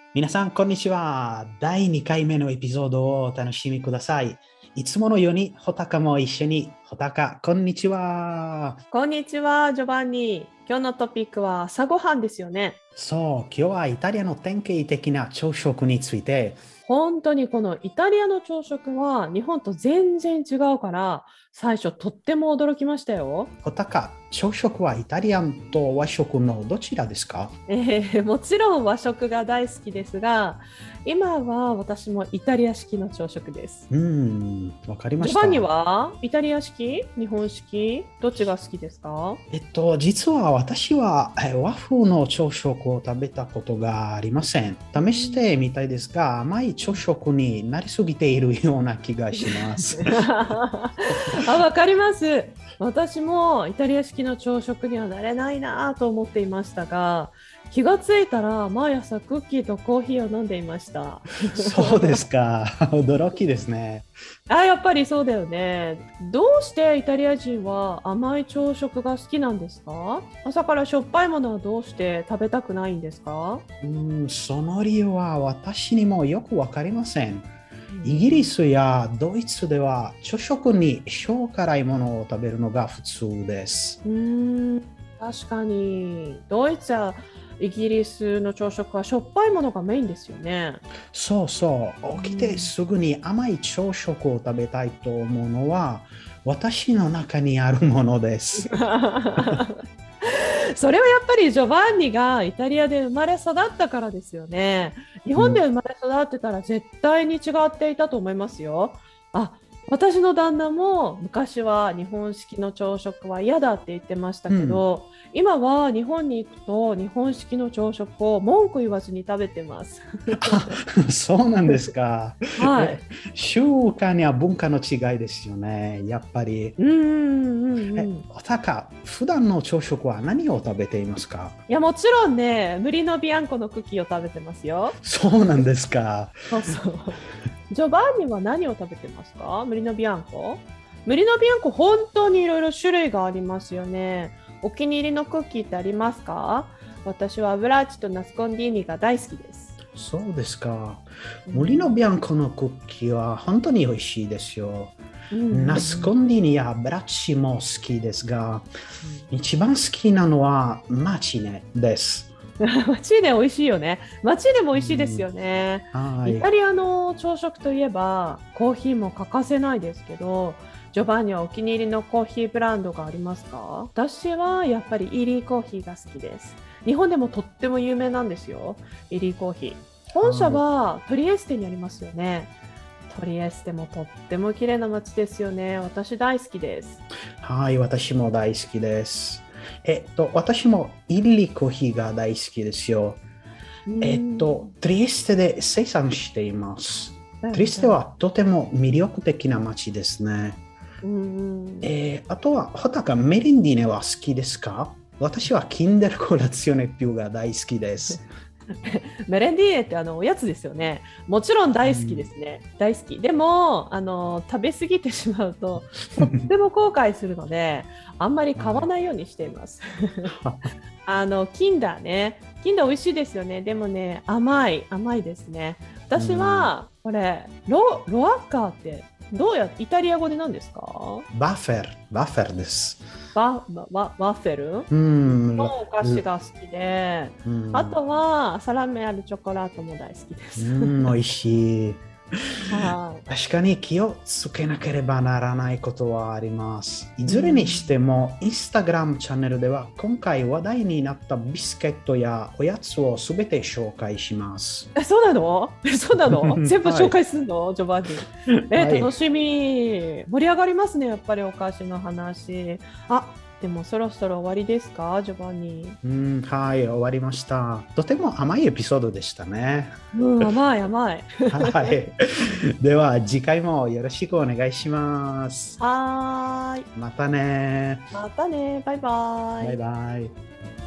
皆さん、こんにちは。第2回目のエピソードをお楽しみください。いつものように、ホタカも一緒に。ホタカ、こんにちは。 こんにちは、ジョバンニ。今日のトピックは朝ごはんですよね。 そう、今日はイタリアの典型的な朝食について、 本当にこのイタリアの朝食は日本と全然違うから、最初とっても驚きましたよ。 ホタカ、朝食はイタリアンと和食のどちらですか？ もちろん和食が大好きですが、今は私もイタリア式の朝食です。 わかりまジョバンニした。 はイタリア式、日本式、どっちが好きですか？ 実は私は和風の朝食を食べたことがありません。試してみたいですが、甘い朝食になりすぎているような気がします。 わかります。私もイタリア式の朝食にはなれないなと思っていましたが、気がついたら毎朝クッキーとコーヒーを飲んでいました。 そうですか。驚きですね。 やっぱりそうだよね。どうしてイタリア人は甘い朝食が好きなんですか？朝からしょっぱいものはどうして食べたくないんですか？ その理由は私にもよくわかりません。 うん、 イギリスやドイツでは朝食に塩辛いものを食べるのが普通です。 うーん、確かにドイツやイギリスの朝食はしょっぱいものがメインですよね。 そうそう。起きてうん、 すぐに甘い朝食を食べたいと思うのは私の中にあるものです。 それはやっぱりジョバンニがイタリアで生まれ育ったからですよね。日本で生まれ育ってたら絶対に違っていたと思いますよ。あ、私の旦那も昔は日本式の朝食は嫌だって言ってましたうん。 けど、今は日本に行くと日本式の朝食を文句言わずに食べてます。 そうなんですか。え、 はい。 習慣や文化の違いですよね。やっぱり。 うんうんうんうん。 おたか、普段の朝食は何を食べていますか？ いや、もちろんね、ムリノビアンコのクッキーを食べてますよ。 そうなんですか。 そうそう。ジョバンニは何を食べてますか？ムリノビアンコ。ムリノビアンコ本当にいろいろ種類がありますよね。お気に入りのクッキーってありますか？私はブラーチとナスコンディーニが大好きです。 そうですか。 うん、 森のビアンコのクッキーは本当に美味しいですよ。 うんうんナスコンディニやブラッチも好きですが、一番好きなのはマチネです。 うん。マチーネ美味しいよね。マチーネも美味しいですうん、 よね。 はい。 イタリアの朝食といえばコーヒーも欠かせないですけど、ジョバンニはお気に入りのコーヒーブランドがありますか？私はやっぱりイリーコーヒーが好きです。日本でもとっても有名なんですよ、イリーコーヒー。本社はい。 はトリエステにありますよね。トリエステもとっても綺麗な街ですよね。私大好きです。 はい、私も大好きです。私もイリコーヒーが大好きですよ。 うーん。 トリエステで生産しています。 だよね、 トリエステだよね。 はとても魅力的な街ですね。 うんうん。 あとは、ホタカ、メレンディーネは好きですか？私はキンデルコラツィオネピューが大好きです。 メレンディーネっておやつですよね。もちろん大好きでうん。 すね。大好き。でも、食べ過ぎてしまうと、とっても後悔するので、あんまり買わはい。 ないようにしています。キンダーね。キンダー美味しいですよね。でもね、甘いですね。 う私ん、 は、これ、ロアッカーって、イタリア語で何ですか？ バフェルです。 ワッフェルうん、 のお菓子が好きで、あうん、 とはサラメあるチョコラートも大好きです。 うん、美味しい。 はい。 確かに気をつけなければならないことはあります。いうずれにしん。 ても、インスタグラムチャンネルでは今回話題になったビスケットやおやつをすべて紹介します。 そうなの？そうなの？全部はい。 紹介するのジョバンニ。 はい。 楽しみ。盛り上がりますね、やっぱりお菓子の話。でもそろそろ終わりですか、ジョバンニ。 うん、はい、終わりました。とても甘いエピソードでしたね。 うん、甘い甘い。 はい。では、次回もよろしくお願いします。 はーい。 またね。 またね。バイババイイ。 バイ。